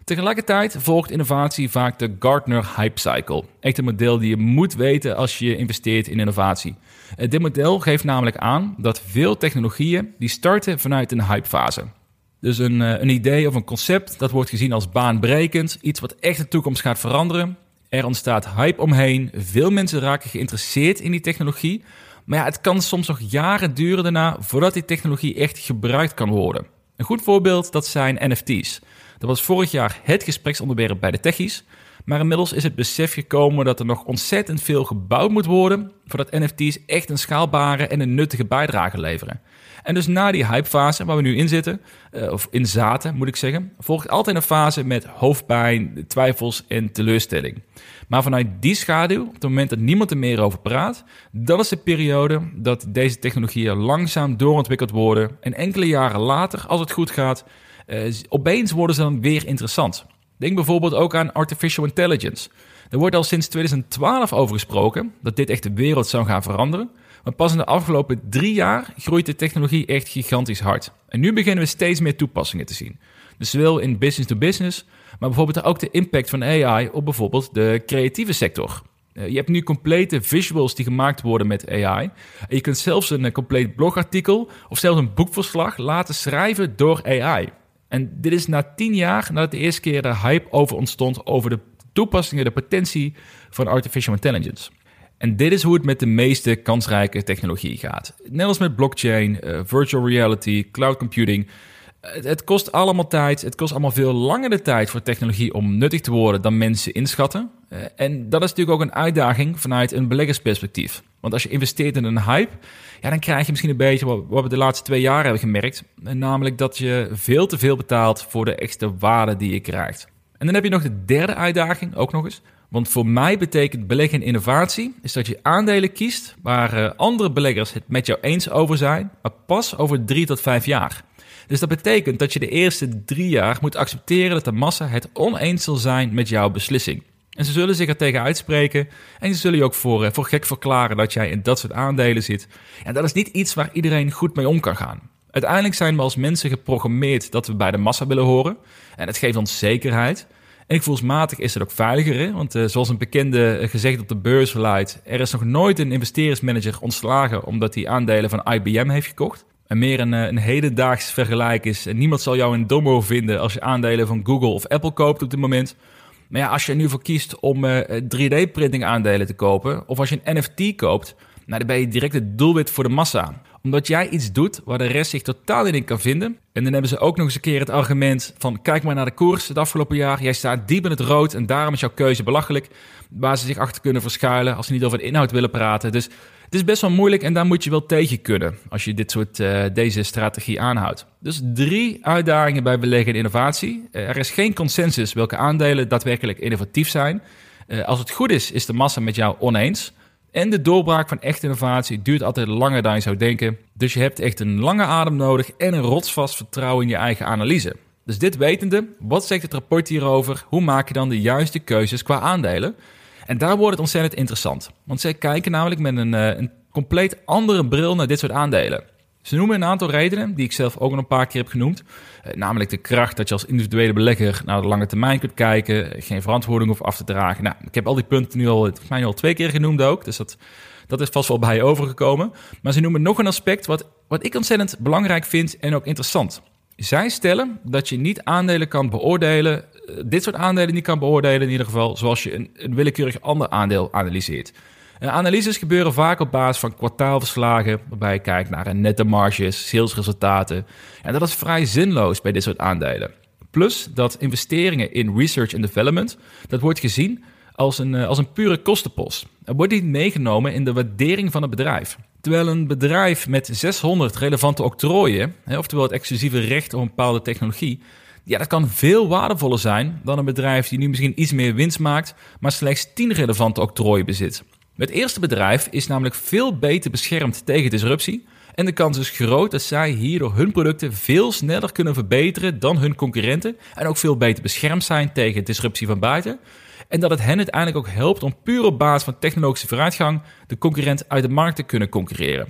Tegelijkertijd volgt innovatie vaak de Gartner Hype Cycle. Echt een model die je moet weten als je investeert in innovatie. Dit model geeft namelijk aan dat veel technologieën die starten vanuit een hypefase. Dus een, een idee of een concept dat wordt gezien als baanbrekend, iets wat echt de toekomst gaat veranderen. Er ontstaat hype omheen, veel mensen raken geïnteresseerd in die technologie. Maar ja, het kan soms nog jaren duren daarna voordat die technologie echt gebruikt kan worden. Een goed voorbeeld, dat zijn N F T's. Dat was vorig jaar het gespreksonderwerp bij de techies. Maar inmiddels is het besef gekomen dat er nog ontzettend veel gebouwd moet worden voordat N F T's echt een schaalbare en een nuttige bijdrage leveren. En dus na die hypefase waar we nu in zitten, of in zaten moet ik zeggen, volgt altijd een fase met hoofdpijn, twijfels en teleurstelling. Maar vanuit die schaduw, op het moment dat niemand er meer over praat, dat is de periode dat deze technologieën langzaam doorontwikkeld worden en enkele jaren later, als het goed gaat, uh, opeens worden ze dan weer interessant. Denk bijvoorbeeld ook aan artificial intelligence. Er wordt al sinds twintig twaalf over gesproken dat dit echt de wereld zou gaan veranderen. Maar pas in de afgelopen drie jaar groeit de technologie echt gigantisch hard. En nu beginnen we steeds meer toepassingen te zien. Dus zowel in business to business, maar bijvoorbeeld ook de impact van A I op bijvoorbeeld de creatieve sector. Je hebt nu complete visuals die gemaakt worden met A I. En je kunt zelfs een compleet blogartikel of zelfs een boekverslag laten schrijven door A I. En dit is na tien jaar nadat de eerste keer de hype over ontstond over de toepassingen, de potentie van artificial intelligence. En dit is hoe het met de meeste kansrijke technologie gaat. Net als met blockchain, uh, virtual reality, cloud computing. Het, het kost allemaal tijd. Het kost allemaal veel langere tijd voor technologie om nuttig te worden dan mensen inschatten. Uh, en dat is natuurlijk ook een uitdaging vanuit een beleggersperspectief. Want als je investeert in een hype, ja, dan krijg je misschien een beetje wat, wat we de laatste twee jaar hebben gemerkt. Namelijk dat je veel te veel betaalt voor de extra waarde die je krijgt. En dan heb je nog de derde uitdaging, ook nog eens. Want voor mij betekent beleggen in innovatie is dat je aandelen kiest waar uh, andere beleggers het met jou eens over zijn, maar pas over drie tot vijf jaar. Dus dat betekent dat je de eerste drie jaar moet accepteren dat de massa het oneens zal zijn met jouw beslissing. En ze zullen zich er tegen uitspreken en ze zullen je ook voor, uh, voor gek verklaren dat jij in dat soort aandelen zit. En dat is niet iets waar iedereen goed mee om kan gaan. Uiteindelijk zijn we als mensen geprogrammeerd dat we bij de massa willen horen en het geeft ons zekerheid. En gevoelsmatig is het ook veiliger, hè? Want uh, zoals een bekende uh, gezegd op de beurs verluidt, er is nog nooit een investeringsmanager ontslagen omdat hij aandelen van I B M heeft gekocht. En meer een, uh, een hedendaags vergelijk is, uh, niemand zal jou een domo vinden als je aandelen van Google of Apple koopt op dit moment. Maar ja, als je er nu voor kiest om uh, drie D-printing aandelen te kopen, of als je een N F T koopt, nou, dan ben je direct het doelwit voor de massa. Omdat jij iets doet waar de rest zich totaal niet in kan vinden. En dan hebben ze ook nog eens een keer het argument van kijk maar naar de koers het afgelopen jaar. Jij staat diep in het rood en daarom is jouw keuze belachelijk. Waar ze zich achter kunnen verschuilen als ze niet over de inhoud willen praten. Dus het is best wel moeilijk en daar moet je wel tegen kunnen als je dit soort, uh, deze strategie aanhoudt. Dus drie uitdagingen bij beleggen en innovatie. Uh, er is geen consensus welke aandelen daadwerkelijk innovatief zijn. Uh, als het goed is, is de massa met jou oneens. En de doorbraak van echte innovatie duurt altijd langer dan je zou denken. Dus je hebt echt een lange adem nodig en een rotsvast vertrouwen in je eigen analyse. Dus dit wetende, wat zegt het rapport hierover? Hoe maak je dan de juiste keuzes qua aandelen? En daar wordt het ontzettend interessant. Want zij kijken namelijk met een, een compleet andere bril naar dit soort aandelen. Ze noemen een aantal redenen, die ik zelf ook al een paar keer heb genoemd. Eh, namelijk de kracht dat je als individuele belegger naar de lange termijn kunt kijken, geen verantwoording hoeft af te dragen. Nou, ik heb al die punten nu al, volgens mij al twee keer genoemd ook, dus dat, dat is vast wel bij je overgekomen. Maar ze noemen nog een aspect wat, wat ik ontzettend belangrijk vind en ook interessant. Zij stellen dat je niet aandelen kan beoordelen, dit soort aandelen niet kan beoordelen in ieder geval, zoals je een, een willekeurig ander aandeel analyseert. Uh, analyses gebeuren vaak op basis van kwartaalverslagen, waarbij je kijkt naar nette marges, salesresultaten. En dat is vrij zinloos bij dit soort aandelen. Plus dat investeringen in research and development, dat wordt gezien als een, uh, als een pure kostenpost. Er wordt niet meegenomen in de waardering van het bedrijf. Terwijl een bedrijf met zeshonderd relevante octrooien, hè, oftewel het exclusieve recht op een bepaalde technologie, ja, dat kan veel waardevoller zijn dan een bedrijf die nu misschien iets meer winst maakt, maar slechts tien relevante octrooien bezit. Het eerste bedrijf is namelijk veel beter beschermd tegen disruptie en de kans is groot dat zij hierdoor hun producten veel sneller kunnen verbeteren dan hun concurrenten en ook veel beter beschermd zijn tegen disruptie van buiten. En dat het hen uiteindelijk ook helpt om puur op basis van technologische vooruitgang de concurrent uit de markt te kunnen concurreren.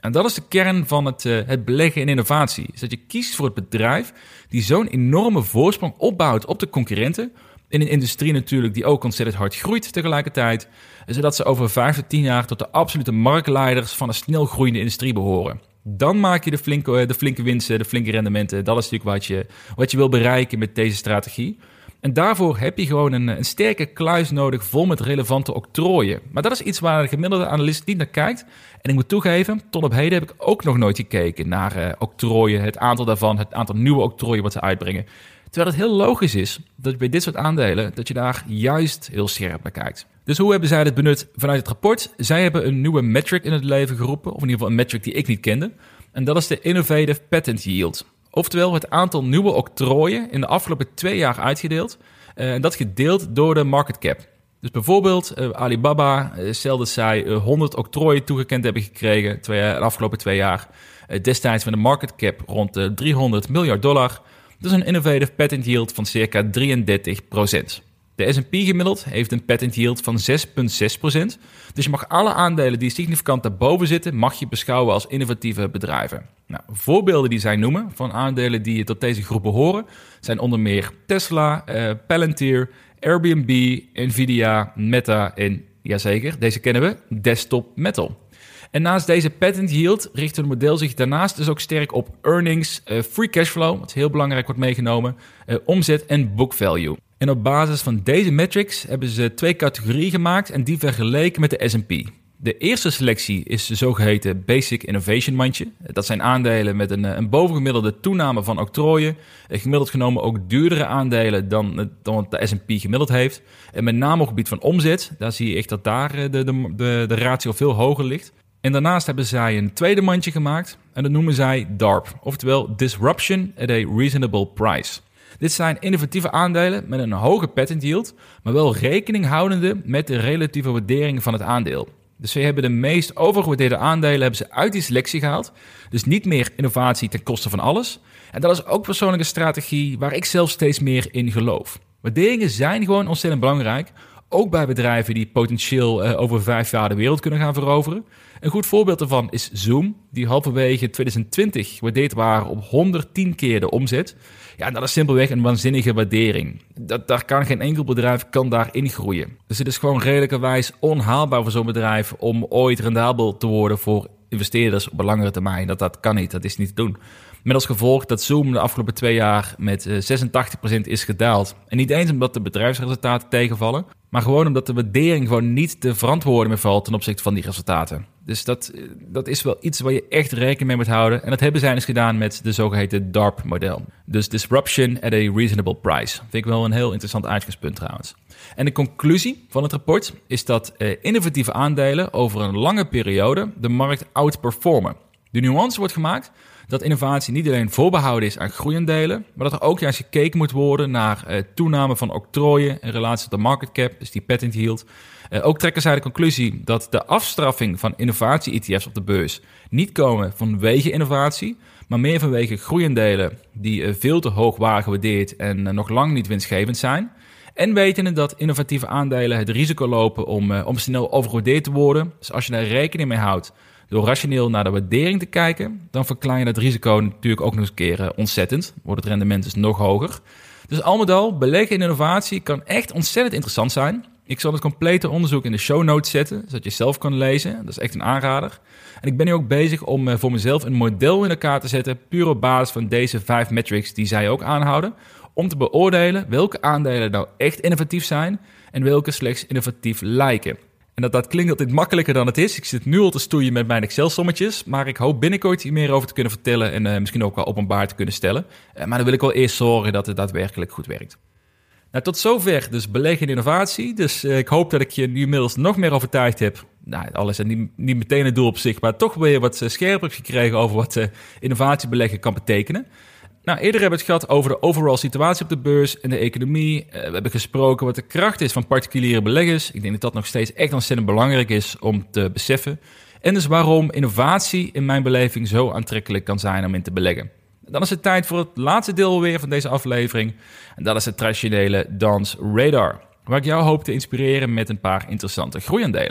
En dat is de kern van het, uh, het beleggen in innovatie. Is dat je kiest voor het bedrijf die zo'n enorme voorsprong opbouwt op de concurrenten. In een industrie natuurlijk die ook ontzettend hard groeit tegelijkertijd. Zodat ze over vijf tot tien jaar tot de absolute marktleiders van een snel groeiende industrie behoren. Dan maak je de flinke, de flinke winsten, de flinke rendementen. Dat is natuurlijk wat je, wat je wil bereiken met deze strategie. En daarvoor heb je gewoon een, een sterke kluis nodig vol met relevante octrooien. Maar dat is iets waar de gemiddelde analist niet naar kijkt. En ik moet toegeven, tot op heden heb ik ook nog nooit gekeken naar uh, octrooien. Het aantal daarvan, het aantal nieuwe octrooien wat ze uitbrengen. Terwijl het heel logisch is dat je bij dit soort aandelen, dat je daar juist heel scherp naar kijkt. Dus hoe hebben zij dit benut vanuit het rapport? Zij hebben een nieuwe metric in het leven geroepen, of in ieder geval een metric die ik niet kende. En dat is de Innovative Patent Yield. Oftewel het aantal nieuwe octrooien in de afgelopen twee jaar uitgedeeld. En uh, dat gedeeld door de market cap. Dus bijvoorbeeld uh, Alibaba, uh, stel dat zij uh, honderd octrooien toegekend hebben gekregen twee, uh, de afgelopen twee jaar. Uh, destijds met een market cap rond uh, driehonderd miljard dollar. Dat is een innovative patent yield van circa drieëndertig procent. De S en P gemiddeld heeft een patent yield van zes komma zes procent. Dus je mag alle aandelen die significant daarboven zitten, mag je beschouwen als innovatieve bedrijven. Nou, voorbeelden die zij noemen van aandelen die tot deze groep behoren zijn onder meer Tesla, uh, Palantir, Airbnb, Nvidia, Meta en, jazeker, deze kennen we, Desktop Metal. En naast deze patent yield richt het model zich daarnaast dus ook sterk op earnings, uh, free cashflow, wat heel belangrijk wordt meegenomen, uh, omzet en book value. En op basis van deze metrics hebben ze twee categorieën gemaakt en die vergeleken met de S en P. De eerste selectie is de zogeheten Basic Innovation mandje. Dat zijn aandelen met een, een bovengemiddelde toename van octrooien. Gemiddeld genomen ook duurdere aandelen dan, dan wat de S en P gemiddeld heeft. En met name op het gebied van omzet, daar zie je echt dat daar de, de, de, de ratio veel hoger ligt. En daarnaast hebben zij een tweede mandje gemaakt en dat noemen zij D A R P, oftewel Disruption at a Reasonable Price. Dit zijn innovatieve aandelen met een hoge patent yield, maar wel rekening houdende met de relatieve waardering van het aandeel. Dus ze hebben de meest overgewaardeerde aandelen hebben ze uit die selectie gehaald. Dus niet meer innovatie ten koste van alles. En dat is ook persoonlijk een strategie waar ik zelf steeds meer in geloof. Waarderingen zijn gewoon ontzettend belangrijk. Ook bij bedrijven die potentieel uh, over vijf jaar de wereld kunnen gaan veroveren. Een goed voorbeeld daarvan is Zoom, die halverwege twintig twintig gewaardeerd waren op honderdtien keer de omzet. Ja, dat is simpelweg een waanzinnige waardering. Dat, daar kan geen enkel bedrijf kan daarin groeien. Dus het is gewoon redelijkerwijs onhaalbaar voor zo'n bedrijf om ooit rendabel te worden voor investeerders op een langere termijn. Dat, dat kan niet, dat is niet te doen. Met als gevolg dat Zoom de afgelopen twee jaar met zesentachtig procent is gedaald. En niet eens omdat de bedrijfsresultaten tegenvallen, maar gewoon omdat de waardering gewoon niet te verantwoorden meer valt ten opzichte van die resultaten. Dus dat, dat is wel iets waar je echt rekening mee moet houden. En dat hebben zij dus gedaan met de zogeheten D A R P-model. Dus Disruption at a Reasonable Price. Vind ik wel een heel interessant uitgangspunt trouwens. En de conclusie van het rapport is dat eh, innovatieve aandelen over een lange periode de markt outperformen. De nuance wordt gemaakt dat innovatie niet alleen voorbehouden is aan groeiaandelen, maar dat er ook juist gekeken moet worden naar uh, toename van octrooien in relatie tot de market cap, dus die patent yield. Uh, ook trekken zij de conclusie dat de afstraffing van innovatie-E T F's op de beurs niet komen vanwege innovatie, maar meer vanwege groeiaandelen die uh, veel te hoog waren gewaardeerd en uh, nog lang niet winstgevend zijn. En wetende dat innovatieve aandelen het risico lopen om, uh, om snel overgewaardeerd te worden. Dus als je daar rekening mee houdt door rationeel naar de waardering te kijken, dan verklein je dat risico natuurlijk ook nog eens een keer uh, ontzettend. Wordt het rendement dus nog hoger. Dus al met al, beleggen in innovatie kan echt ontzettend interessant zijn. Ik zal het complete onderzoek in de show notes zetten, zodat je zelf kan lezen. Dat is echt een aanrader. En ik ben nu ook bezig om uh, voor mezelf een model in elkaar te zetten, puur op basis van deze vijf metrics die zij ook aanhouden, om te beoordelen welke aandelen nou echt innovatief zijn en welke slechts innovatief lijken. En dat, dat klinkt altijd makkelijker dan het is. Ik zit nu al te stoeien met mijn Excel-sommetjes, maar ik hoop binnenkort hier meer over te kunnen vertellen en uh, misschien ook wel openbaar te kunnen stellen. Uh, maar dan wil ik wel eerst zorgen dat het daadwerkelijk goed werkt. Nou, tot zover dus beleggen in innovatie. Dus uh, ik hoop dat ik je nu inmiddels nog meer overtuigd heb. Nou, alles is niet, niet meteen het doel op zich, maar toch weer wat uh, scherper gekregen over wat uh, innovatiebeleggen kan betekenen. Nou, eerder hebben we het gehad over de overall situatie op de beurs en de economie. Uh, we hebben gesproken wat de kracht is van particuliere beleggers. Ik denk dat dat nog steeds echt ontzettend belangrijk is om te beseffen. En dus waarom innovatie in mijn beleving zo aantrekkelijk kan zijn om in te beleggen. Dan is het tijd voor het laatste deel weer van deze aflevering. En dat is het traditionele Don's Radar, waar ik jou hoop te inspireren met een paar interessante groeiaandelen.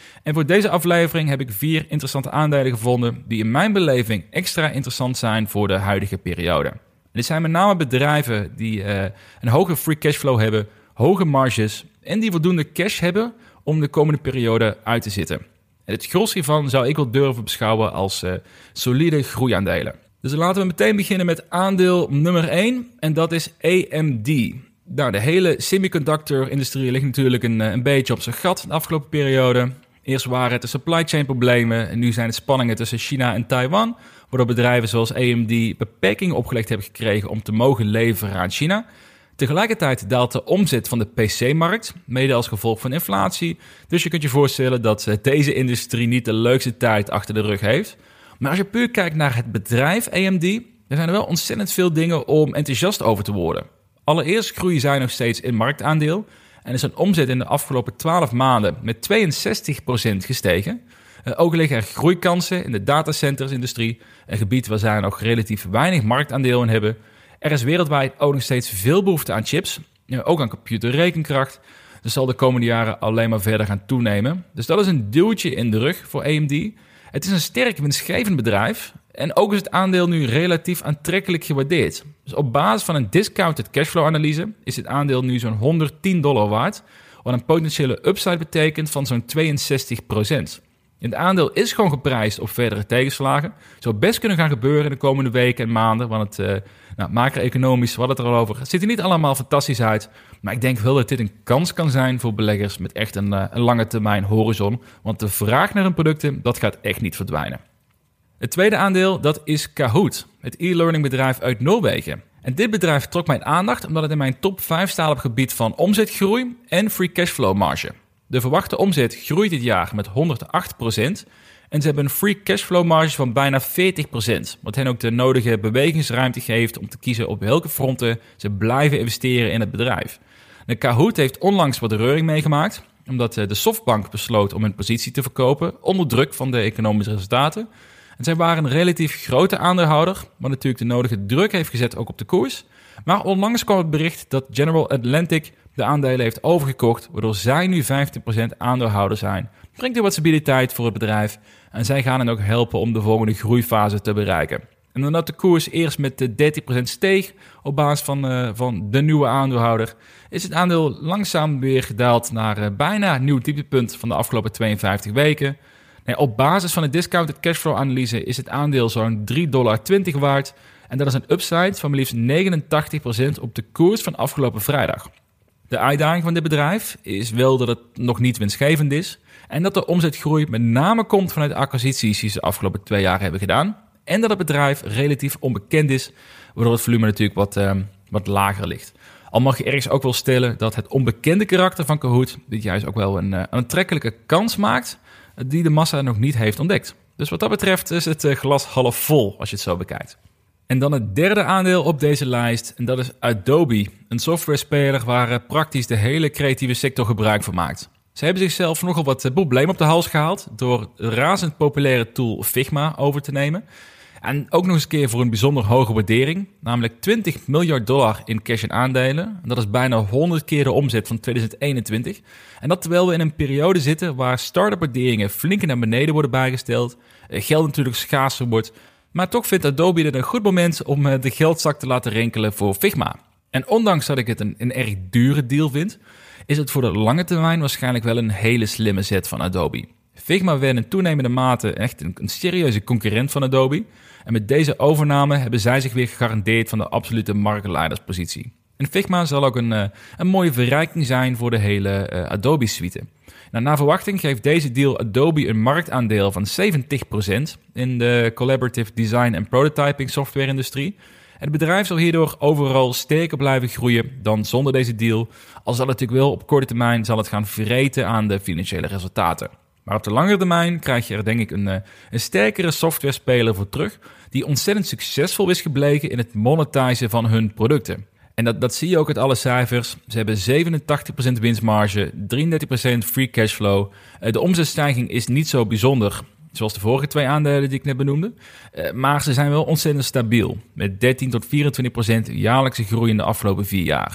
En voor deze aflevering heb ik vier interessante aandelen gevonden die in mijn beleving extra interessant zijn voor de huidige periode. En dit zijn met name bedrijven die uh, een hoge free cashflow hebben, hoge marges en die voldoende cash hebben om de komende periode uit te zitten. En het gros hiervan zou ik wel durven beschouwen als uh, solide groeiaandelen. Dus laten we meteen beginnen met aandeel nummer één en dat is A M D. Nou, de hele semiconductor-industrie ligt natuurlijk een, een beetje op zijn gat de afgelopen periode. Eerst waren het de supply chain problemen en nu zijn het spanningen tussen China en Taiwan, waardoor bedrijven zoals A M D beperkingen opgelegd hebben gekregen om te mogen leveren aan China. Tegelijkertijd daalt de omzet van de P C-markt, mede als gevolg van inflatie. Dus je kunt je voorstellen dat deze industrie niet de leukste tijd achter de rug heeft. Maar als je puur kijkt naar het bedrijf A M D, er zijn er wel ontzettend veel dingen om enthousiast over te worden. Allereerst groeien zij nog steeds in marktaandeel en is een omzet in de afgelopen twaalf maanden met tweeënzestig procent gestegen. Uh, ook liggen er groeikansen in de datacenters-industrie, een gebied waar zij nog relatief weinig marktaandeel in hebben. Er is wereldwijd ook nog steeds veel behoefte aan chips, uh, ook aan computerrekenkracht. Dus zal de komende jaren alleen maar verder gaan toenemen. Dus dat is een duwtje in de rug voor A M D. Het is een sterk winstgevend bedrijf en ook is het aandeel nu relatief aantrekkelijk gewaardeerd. Dus op basis van een discounted cashflow-analyse is het aandeel nu zo'n honderdtien dollar waard, wat een potentiële upside betekent van zo'n tweeënzestig procent. Het aandeel is gewoon geprijsd op verdere tegenslagen. Het zou best kunnen gaan gebeuren in de komende weken en maanden, want het uh, nou, macro-economisch, we hadden het er al over, het ziet er niet allemaal fantastisch uit. Maar ik denk wel dat dit een kans kan zijn voor beleggers met echt een, uh, een lange termijn horizon, want de vraag naar hun producten, dat gaat echt niet verdwijnen. Het tweede aandeel, dat is Kahoot, het e-learning bedrijf uit Noorwegen. En dit bedrijf trok mijn aandacht omdat het in mijn top vijf staat op het gebied van omzetgroei en free cashflow marge. De verwachte omzet groeit dit jaar met honderdacht procent en ze hebben een free cashflow marge van bijna veertig procent, wat hen ook de nodige bewegingsruimte geeft om te kiezen op welke fronten ze blijven investeren in het bedrijf. De Kahoot heeft onlangs wat reuring meegemaakt, omdat de Softbank besloot om hun positie te verkopen onder druk van de economische resultaten. En zij waren een relatief grote aandeelhouder, wat natuurlijk de nodige druk heeft gezet ook op de koers. Maar onlangs kwam het bericht dat General Atlantic de aandelen heeft overgekocht, waardoor zij nu vijftien procent aandeelhouder zijn. Brengt er wat stabiliteit voor het bedrijf en zij gaan hen ook helpen om de volgende groeifase te bereiken. En doordat de koers eerst met dertien procent steeg op basis van, uh, van de nieuwe aandeelhouder, is het aandeel langzaam weer gedaald naar uh, bijna het nieuwe dieptepunt van de afgelopen tweeënvijftig weken. Nee, op basis van de discounted cashflow-analyse is het aandeel zo'n drie dollar twintig waard. En dat is een upside van maar liefst negenentachtig procent op de koers van afgelopen vrijdag. De uitdaging van dit bedrijf is wel dat het nog niet winstgevend is. En dat de omzetgroei met name komt vanuit de acquisities die ze de afgelopen twee jaar hebben gedaan. En dat het bedrijf relatief onbekend is, waardoor het volume natuurlijk wat, uh, wat lager ligt. Al mag je ergens ook wel stellen dat het onbekende karakter van Kahoot dit juist ook wel een, uh, een aantrekkelijke kans maakt die de massa nog niet heeft ontdekt. Dus wat dat betreft is het glas half vol als je het zo bekijkt. En dan het derde aandeel op deze lijst en dat is Adobe, een softwarespeler waar praktisch de hele creatieve sector gebruik van maakt. Ze hebben zichzelf nogal wat problemen op de hals gehaald door de razend populaire tool Figma over te nemen. En ook nog eens een keer voor een bijzonder hoge waardering, namelijk twintig miljard dollar in cash en aandelen. En dat is bijna honderd keer de omzet van tweeduizend eenentwintig. En dat terwijl we in een periode zitten waar start-up waarderingen flink naar beneden worden bijgesteld, geld natuurlijk schaarser wordt. Maar toch vindt Adobe het een goed moment om de geldzak te laten rinkelen voor Figma. En ondanks dat ik het een, een erg dure deal vind, is het voor de lange termijn waarschijnlijk wel een hele slimme zet van Adobe. Figma werd in toenemende mate echt een, een serieuze concurrent van Adobe. En met deze overname hebben zij zich weer gegarandeerd van de absolute marktleiderspositie. En Figma zal ook een, uh, een mooie verrijking zijn voor de hele uh, Adobe-suite. Nou, naar verwachting geeft deze deal Adobe een marktaandeel van zeventig procent in de collaborative design en prototyping software-industrie. Het bedrijf zal hierdoor overal sterker blijven groeien dan zonder deze deal. Al zal het natuurlijk wel op korte termijn zal het gaan vreten aan de financiële resultaten. Maar op de lange termijn krijg je er denk ik een, een sterkere software-speler voor terug die ontzettend succesvol is gebleken in het monetizen van hun producten. En dat, dat zie je ook uit alle cijfers. Ze hebben zevenentachtig procent winstmarge, drieëndertig procent free cashflow. De omzetstijging is niet zo bijzonder, zoals de vorige twee aandelen die ik net benoemde. Maar ze zijn wel ontzettend stabiel, met dertien tot vierentwintig procent jaarlijkse groei in de afgelopen vier jaar.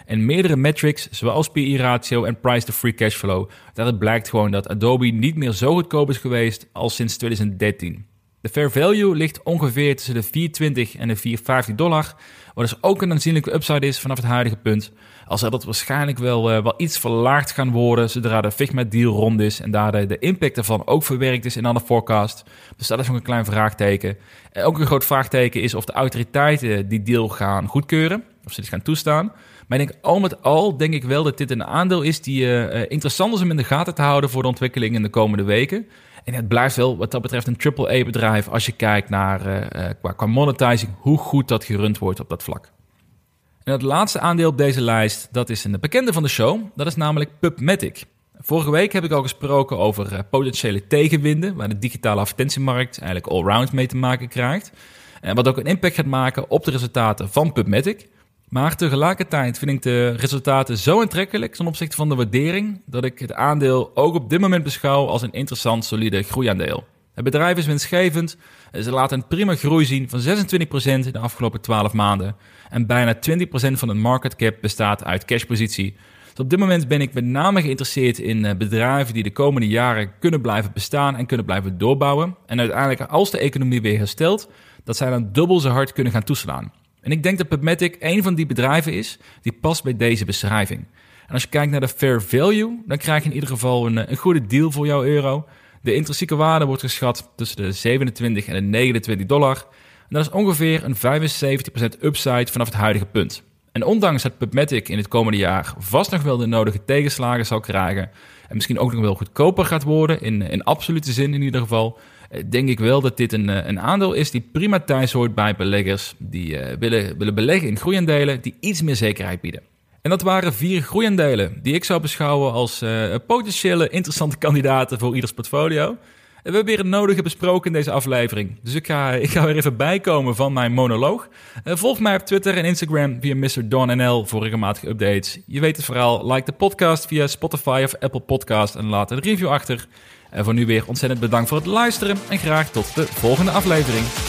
en meerdere metrics zoals P E-ratio en price-to-free cashflow, dat het blijkt gewoon dat Adobe niet meer zo goedkoop is geweest als sinds twintig dertien. De fair value ligt ongeveer tussen de vier twintig en de vier vijftien dollar, wat dus ook een aanzienlijke upside is vanaf het huidige punt. Al zal dat waarschijnlijk wel, uh, wel iets verlaagd gaan worden zodra de Figma deal rond is en daar de, de impact ervan ook verwerkt is in alle forecast. Dus dat is nog een klein vraagteken. En ook een groot vraagteken is of de autoriteiten die deal gaan goedkeuren, of ze dit gaan toestaan. Maar ik denk, al met al denk ik wel dat dit een aandeel is die uh, interessant is om in de gaten te houden voor de ontwikkeling in de komende weken. En het blijft wel wat dat betreft een triple A bedrijf als je kijkt naar uh, qua, qua monetizing, hoe goed dat gerund wordt op dat vlak. En het laatste aandeel op deze lijst, dat is een bekende van de show, dat is namelijk PubMatic. Vorige week heb ik al gesproken over uh, potentiële tegenwinden, waar de digitale advertentiemarkt eigenlijk allround mee te maken krijgt. En wat ook een impact gaat maken op de resultaten van PubMatic. Maar tegelijkertijd vind ik de resultaten zo aantrekkelijk ten opzichte van de waardering, dat ik het aandeel ook op dit moment beschouw als een interessant, solide groeiaandeel. Het bedrijf is winstgevend, ze laten een prima groei zien van zesentwintig procent in de afgelopen twaalf maanden. En bijna twintig procent van het market cap bestaat uit cashpositie. Dus op dit moment ben ik met name geïnteresseerd in bedrijven die de komende jaren kunnen blijven bestaan en kunnen blijven doorbouwen. En uiteindelijk, als de economie weer herstelt, dat zij dan dubbel zo hard kunnen gaan toeslaan. En ik denk dat PubMatic een van die bedrijven is die past bij deze beschrijving. En als je kijkt naar de fair value, dan krijg je in ieder geval een, een goede deal voor jouw euro. De intrinsieke waarde wordt geschat tussen de zevenentwintig en de negenentwintig dollar. En dat is ongeveer een vijfenzeventig procent upside vanaf het huidige punt. En ondanks dat PubMatic in het komende jaar vast nog wel de nodige tegenslagen zal krijgen en misschien ook nog wel goedkoper gaat worden, in, in absolute zin in ieder geval, denk ik wel dat dit een, een aandeel is die prima thuis hoort bij beleggers die uh, willen, willen beleggen in groeiaandelen die iets meer zekerheid bieden. En dat waren vier groeiaandelen die ik zou beschouwen als uh, potentiële interessante kandidaten voor ieders portfolio. En we hebben weer het nodige besproken in deze aflevering. Dus ik ga, ik ga weer even bijkomen van mijn monoloog. Uh, volg mij op Twitter en Instagram via mister Don N L voor regelmatige updates. Je weet het verhaal. Like de podcast via Spotify of Apple Podcast en laat een review achter. En voor nu weer ontzettend bedankt voor het luisteren en graag tot de volgende aflevering.